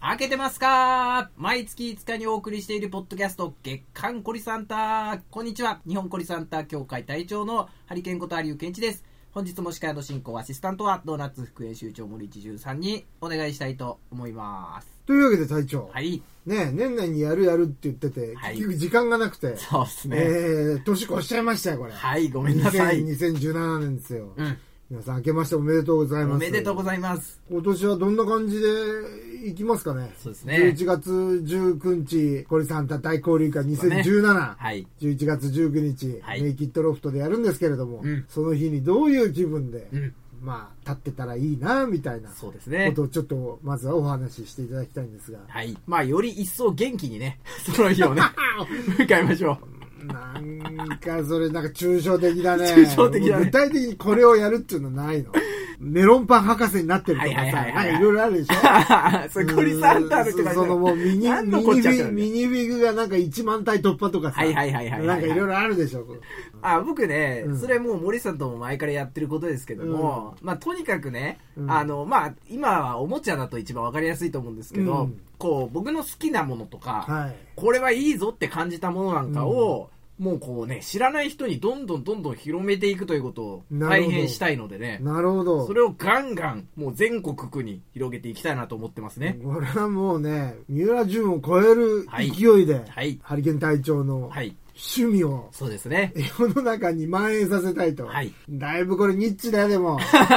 開けてますか？毎月5日にお送りしているポッドキャスト月刊コリサンタ。こんにちは。日本コリサンタ協会隊長のハリケンこと有生健一です。本日も司会の進行アシスタントはドーナツ副編集長森一十さんにお願いしたいと思います。 というわけで隊長、 はい。 ね、年内にやるって言ってて、 はい、 結局時間がなくて、 そうですね。 年越しちゃいましたよこれ。 はい、ごめんなさい。 2017年ですよ。 うん。 皆さん明けましておめでとうございます。 おめでとうございます。 今年はどんな感じでいきますかね。 そうですね。 11月19日コリサンタ大交流会2017、ね、 はい、 11月19日、はい、メイキッドロフトでやるんですけれども、 うん、 その日にどういう気分で、 うん、 まあ立ってたらいいなみたいなことをちょっとまずはお話ししていただきたいんですが、 はい、まあより一層元気にねその日をね迎えましょう。 なんかそれなんか抽象的だね。 抽象的だね。 具体的にこれをやるっていうのないの？メロンパン博士になってるとかさ、いろいろあるでしょ。 それコリサンタのってそのもうミニウィグがなんか1万体突破とかさ、なんかいろいろあるでしょ。 僕ね、それもう森さんとも前からやってることですけども、まあとにかくね、まあ今はおもちゃだと一番わかりやすいと思うんですけど、こう僕の好きなものとか、これはいいぞって感じたものなんかを、もうこうね、知らない人にどんどん広めていくということを大変したいのでね。 なるほど。 それをガンガン、もう全国区に広げていきたいなと思ってますね。 これはもうね、三浦淳を超える勢いで、ハリケーン隊長の趣味を、 そうですね。 世の中に蔓延させたいと。だいぶこれニッチだよ、でも。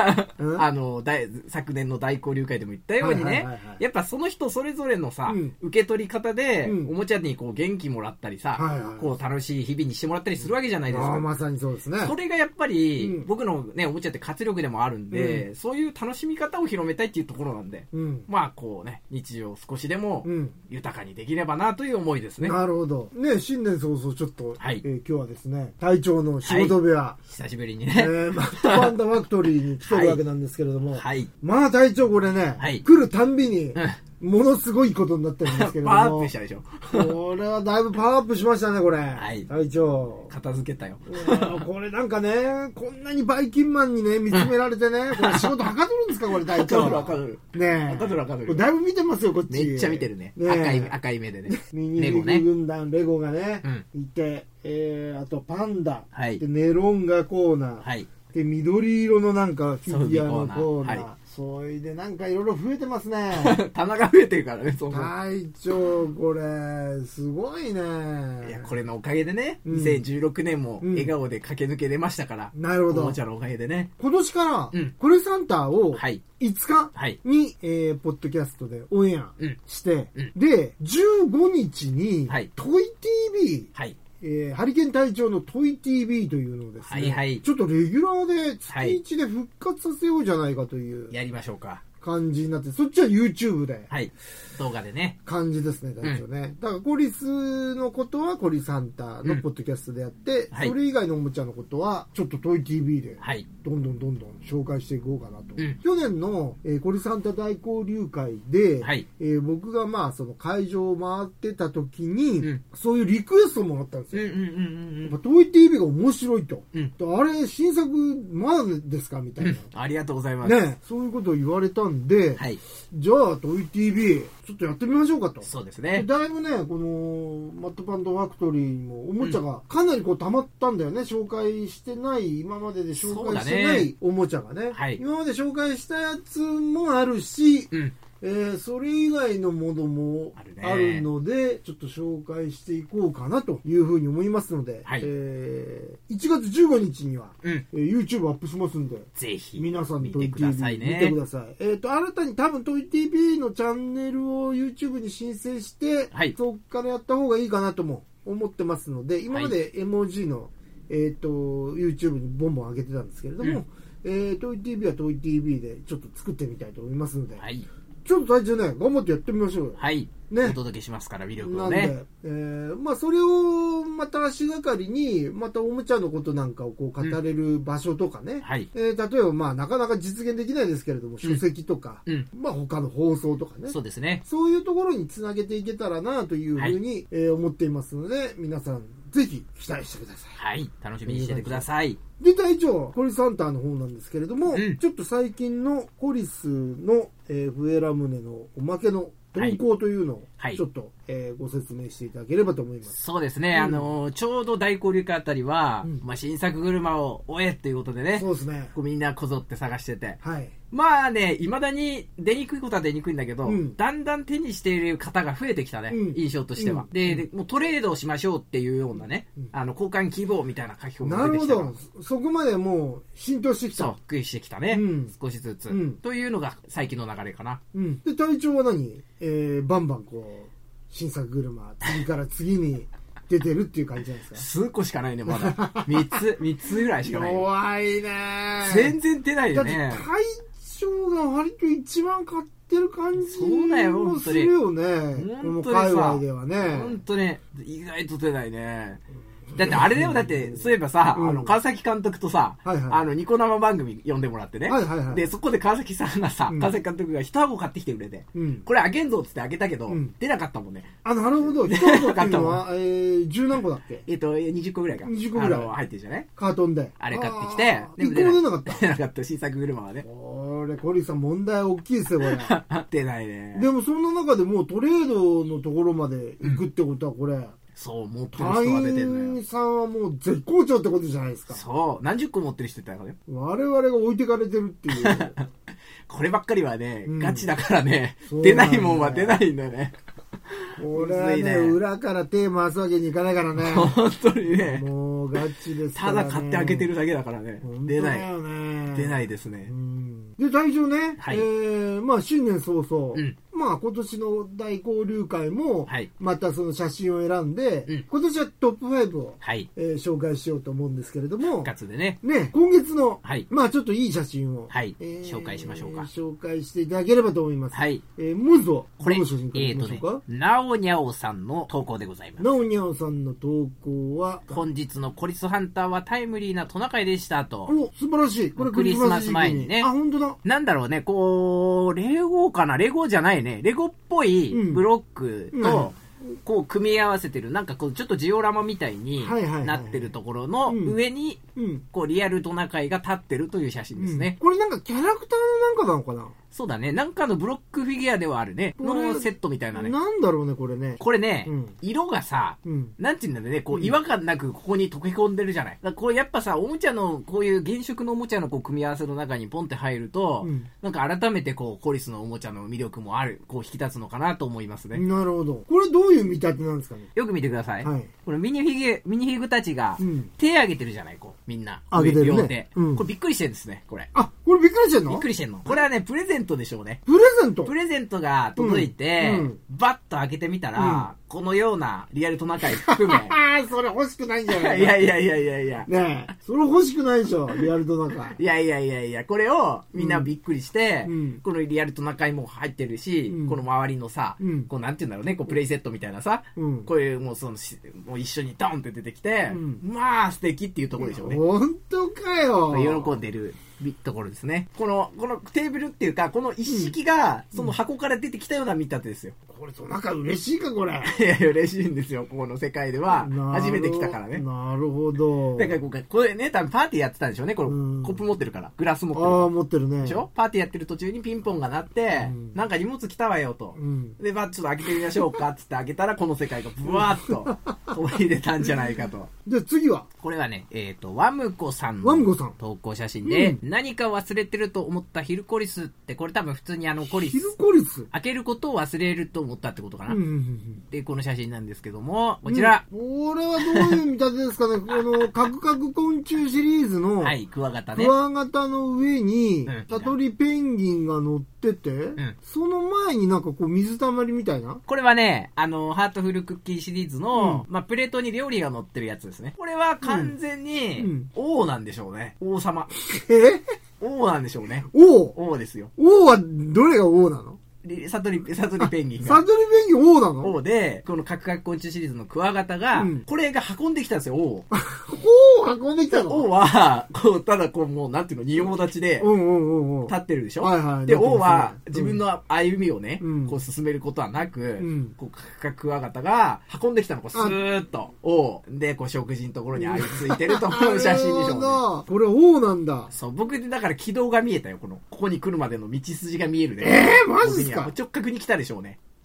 昨年の大交流会でも言ったようにね、やっぱその人それぞれのさ、受け取り方で、おもちゃにこう元気もらったりさ、こう楽しい日々にしてもらったりするわけじゃないですか。 まさにそうですね。 それがやっぱり、僕のね、おもちゃって活力でもあるんで、そういう楽しみ方を広めたいっていうところなんで、まあこうね、日常少しでも豊かにできればなという思いですね。 なるほど。ね、新年早々ちょっと、今日はですね、隊長の仕事部屋、 久しぶりにね、 マットパンダファクトリーに来てるわけなんですけれども、まあ隊長これね、来るたんびに、ものすごいことになってるんですけれども。 パワーアップしたでしょ。 これはだいぶパワーアップしましたね、これ。隊長。 片付けたよ。 これなんかね、こんなにバイキンマンにね、見つめられてね、これ仕事はかどるんですか、これ隊長。 はかどる。 ねえ。はかどる。 だいぶ見てますよ、こっち。 めっちゃ見てるね。赤い目でね。 ミニビッグ軍団、レゴがね、いて、あとパンダ。で、ネロンガコーナー。で、緑色のなんかフィギュアのコーナー。それでなんかいろいろ増えてますね。 棚が増えてるからね、その。 隊長、これ、すごいね。 いや、これのおかげでね、2016年も笑顔で駆け抜けれましたから。 なるほど。 おもちゃのおかげでね。 今年から、コレサンタを、5日に、ポッドキャストでオンエアして、で、15日に、トイ TV、ハリケーン隊長のトイ TV というのをですね、ちょっとレギュラーで月1で復活させようじゃないかという、 やりましょうか。 感じになって、そっちは YouTube で。 動画でね。 感じですね、隊長ね。だからコリスのことはコリサンタのポッドキャストでやって、それ以外のおもちゃのことは、ちょっとトイ TV で、どんどん紹介していこうかなと。去年のコリサンタ大交流会で、僕がまあその会場を回ってた時に、そういうリクエストもあったんですよ。トイ TV が面白いと。あれ、新作まだですかみたいな。 ありがとうございます。 ね、そういうことを言われたんで、じゃあトイ TV ちょっとやってみましょうかと。 そうですね。 だいぶね、このマットパンダファクトリーにもおもちゃがかなりこう溜まったんだよね。紹介してない、今までで紹介してないおもちゃがね。今まで紹介したやつもあるし、それ以外のものもあるので、ちょっと紹介していこうかなというふうに思いますので、1月15日には、YouTube アップしますんで、 ぜひ皆さんトイ TV 見てください。新たに多分トイ TV のチャンネルを YouTube に申請して、そっからやった方がいいかなとも思ってますので、今まで MOG の、YouTube にボンボン上げてたんですけれども、トイ TV はトイ TV でちょっと作ってみたいと思いますので、ちょっと最初ね、頑張ってやってみましょうよ。 ね。お届けしますから、魅力をね。 なんで、まあ、それを、また足がかりに、またおもちゃのことなんかをこう語れる場所とかね。例えば、まあ、なかなか実現できないですけれども、書籍とか、まあ、他の放送とかね。 そうですね。 そういうところにつなげていけたらな、というふうに、思っていますので、皆さん、ぜひ期待してください。 楽しみにしててください。 で、隊長、コリサンタの方なんですけれども、ちょっと最近のコリスの、笛ラムネのおまけの投稿というのをちょっと、ご説明していただければと思います。 そうですね、ちょうど大交流会あたりは、新作車を追えっていうことでね、 そうですね、 こうみんなこぞって探してて、 はい、 まあね、未だに出にくいことは出にくいんだけど、だんだん手にしている方が増えてきたね、印象としては。で、もうトレードをしましょうっていうようなね、交換希望みたいな書き込みが出てきた。なるほど、そこまでもう浸透してきた。 そう、食いしてきたね、少しずつ、というのが最近の流れかな。 で、隊長は何、バンバンこう新作車次から次に出てるっていう感じなんですか？ 数個しかないね、まだ。3つぐらいしかない。 弱いね。 全然出ないよね。 だって隊長が割と一番買ってる感じもするよね。この界隈ではね。 本当に意外と出ないね。だってあれだよ、だってそういえばさ、川崎監督とさ、ニコ生番組呼んでもらってね、でそこで川崎さんがさ、川崎監督が一箱買ってきてくれて、これあげんぞっつってあげたけど、出なかったもんね。 なるほど。一箱っていうのは10何個だっけ ？20個ぐらいか。 20個ぐらい入ってるじゃない？ カートンであれ買ってきて、 1個も出なかった。 出なかった、新作車はね。 これコリーさん問題大きいですよこれ。 出ないね。 でもそんな中でもうトレードのところまで行くってことはこれ、 そう、持ってる人が出てるのよ。 隊員さんはもう絶好調ってことじゃないですか。 そう、何十個持ってる人いたからね。 我々が置いてかれてるっていう。 こればっかりはね、ガチだからね、出ないもんは出ないんだよね。 これはね、裏から手回すわけにいかないからね。 本当にね。 もうガチですからね。ただ買って開けてるだけだからね。出ない。出ないですね。 で、隊長ね、まあ新年早々、まあ今年の大交流会も、またその写真を選んで、今年はトップ5を、紹介しようと思うんですけれども、 復活でね。 今月の、まあちょっといい写真を、 紹介しましょうか。 紹介していただければと思います。まずは、 これ、なおにゃおさんの投稿でございます。 なおにゃおさんの投稿は、 本日のコリスハンターはタイムリーなトナカイでしたと。 素晴らしい。これクリスマス前にね。 本当だ。 なんだろうね、こう、レゴかな？レゴじゃないね。レゴっぽいブロックと、こう組み合わせてる、なんかこうちょっとジオラマみたいになってるところの上に、こうリアルトナカイが立ってるという写真ですね。 これなんかキャラクターのなんかなのかな？ そうだね。なんかのブロックフィギュアではあるね。のセットみたいなね。 なんだろうね、これね。 これね、色がさ、なんていうんだろうね、こう違和感なくここに溶け込んでるじゃない。だからこれやっぱさ、おもちゃの、こういう原色のおもちゃのこう組み合わせの中にポンって入ると、なんか改めてこう、コリスのおもちゃの魅力もある、こう引き立つのかなと思いますね。 なるほど。これどういう見立てなんですかね？ よく見てください。これミニフィグたちが、手挙げてるじゃない、こう、みんな。 挙げてるね。 両手。これびっくりしてるんですね、これ。 これびっくりしてんの？ びっくりしてんの。これはね、プレゼントでしょうね。 プレゼントが届いて、バッと開けてみたら、このようなリアルトナカイ含め。 それ欲しくないんじゃない？ いや。 ねえ、それ欲しくないでしょ、リアルトナカイ。 いや、これをみんなびっくりして、このリアルトナカイも入ってるし、この周りのさ、こうなんていうんだろうね、こうプレイセットみたいなさ、こういうもうその、もう一緒にドンって出てきて、まあ素敵っていうところでしょうね。 本当かよ。 喜んでるところですね。このテーブルっていうか、この一式が、その箱から出てきたような見立てですよ。 これトナカイ嬉しいか、これ。 いや、嬉しいんですよ。この世界では。初めて来たからね。 なるほど。 だからこれね、多分パーティーやってたんでしょうね。これ、コップ持ってるから。グラス持ってる。 持ってるね。 でしょ？パーティーやってる途中にピンポンが鳴って、なんか荷物来たわよと。で、ちょっと開けてみましょうかっつって開けたら、この世界がブワーッと飛び出たんじゃないかと。 じゃあ次は？ これはね、ワムコさんの投稿写真で、何か忘れてると思ったヒルコリスって、これ多分普通にコリス。 ヒルコリス？ 開けることを忘れると思ったってことかな。で、この写真なんですけども、こちら。 これはどういう見立てですかね？この、カクカク昆虫シリーズの、 クワガタね。 クワガタの上に、サトリペンギンが乗ってて、その前になんかこう水たまりみたいな？ これはね、ハートフルクッキーシリーズの、プレートに料理が乗ってるやつですね。これは完全に、王なんでしょうね。王様。王なんでしょうね。王ですよ。 王はどれが王なの？ サトリペンギンが。 サトリペンギン王なの？ 王で、このカクカク昆虫シリーズのクワガタが、これが運んできたんですよ、王。 王運んできたの？ 王は、ただもう、なんていうの、仁王立ちで、立ってるでしょ？で、王は、自分の歩みをね、こう進めることはなく、こう、カクカククワガタが運んできたの、こう、スーッと、王。で、こう、食事のところにありついてるという写真でしょうね。 これ王なんだ。 そう、僕でだから軌道が見えたよ、ここに来るまでの道筋が見えるね。 マジっすか？ 直角に来たでしょうね。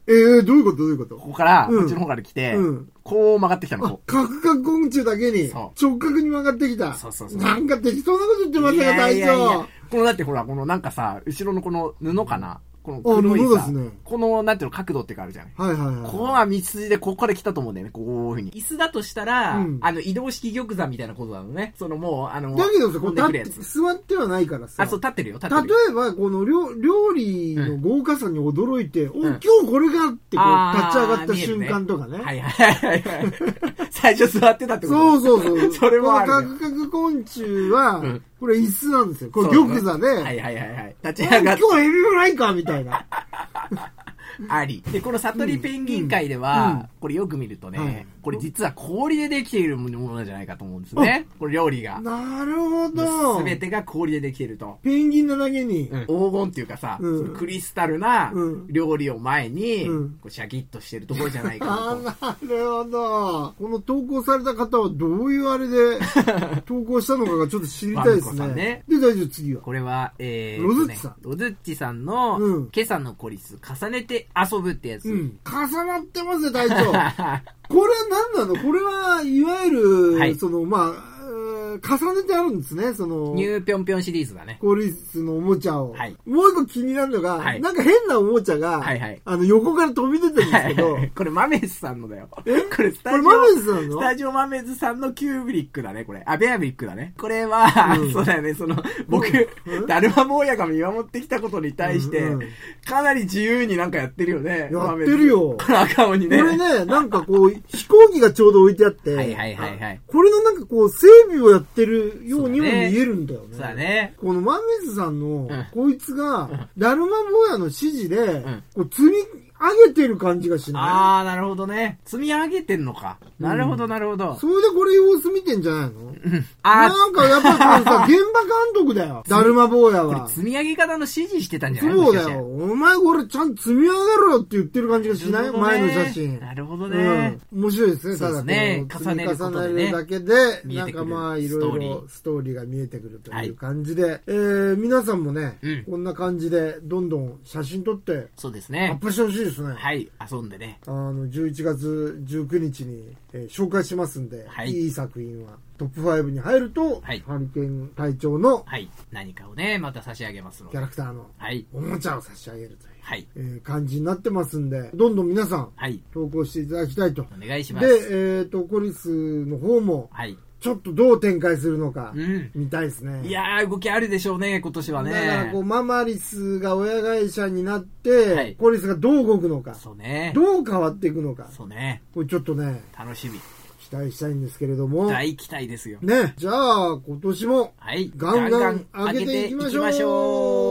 どういうことここから、こっちの方から来て、こう曲がってきたの。 カクカク昆虫だけに、直角に曲がってきた。 そう。 なんか適当なこと言ってましたよ、隊長。 このだってほら、このなんかさ、後ろのこの布かな、この黒いさ、このなんていうの角度っていうかあるじゃん。ここは道筋でここから来たと思うんだよね、こういうふうに。椅子だとしたら、移動式玉座みたいなことなのね。そのもう、 だけどさ、こう座ってはないからさ。 そう、立ってるよ、 例えば、この料理の豪華さに驚いて、今日これがってこう立ち上がった瞬間とかね。 はい。最初座ってたってことそう。 それもある。 カクカク昆虫は、これ椅子なんですよ。これ玉座で。 はい。立ち上がって。 今日エビフライかみたいな。 あり。で、この悟りペンギン界では、これよく見るとね、これ実は氷でできているものじゃないかと思うんですね。これ料理が。 なるほど。 すべてが氷でできていると。 ペンギンのだけに。 黄金っていうかさ、クリスタルな料理を前に、シャキッとしてるところじゃないかなるほど。この投稿された方はどういうあれで投稿したのかがちょっと知りたいですね。で、大丈夫、次は。 これは、 ロズッチさん。 ロズッチさんの、今朝のコリス重ねて遊ぶってやつ。 重なってますね、隊長。これ何なの？これはいわゆる、重ねてあるんですね、その。 ニューぴょんぴょんシリーズだね。 コリスのおもちゃを。もう一個気になるのが、なんか変なおもちゃが、横から飛び出てるんですけど。 これマメズさんのだよ。これマメズさんの？ スタジオマメズさんのキューブリックだね、これ。ベアブリックだね。これは、そうだよね、僕、ダルマ坊やが見守ってきたことに対して、かなり自由になんかやってるよね。 やってるよ。 この赤鬼ね。 これね、なんかこう、飛行機がちょうど置いてあって、これのなんかこう、整備をやってるようにも見えるんだよね。 そうだね。 このマメズさんの、こいつが、ダルマ坊やの指示で、こう積み上げてる感じがしない？ なるほどね。積み上げてんのか。なるほど。 それでこれ様子見てんじゃないの？なんかやっぱりさ、現場監督だよ。ダルマ坊やは。 積み上げ方の指示してたんじゃない？ そうだよ。お前これちゃんと積み上げろよって言ってる感じがしない？前の写真。 なるほどね。 面白いですね。ただね、 積み重ねるだけで、なんかまあいろいろストーリーが見えてくるという感じで、皆さんもね、こんな感じでどんどん写真撮って、 そうですね。 アップしてほしいですね。 はい、遊んでね。 11月19日に、紹介しますんで、いい作品はトップ5に入ると、ハリケーン隊長の、 何かをね、また差し上げますので。 キャラクターの、おもちゃを差し上げるという、感じになってますんで、どんどん皆さん、投稿していただきたいと。 お願いします。 で、コリスの方も、ちょっとどう展開するのか、見たいですね。 いやー、動きあるでしょうね、今年はね。 だからこう、ママリスが親会社になって、コリスがどう動くのか、 そうね。 どう変わっていくのか、 そうね。 これちょっとね、 楽しみ。 期待したいんですけれども。 大期待ですよ。 ね。じゃあ、今年も、ガンガン上げていきましょう。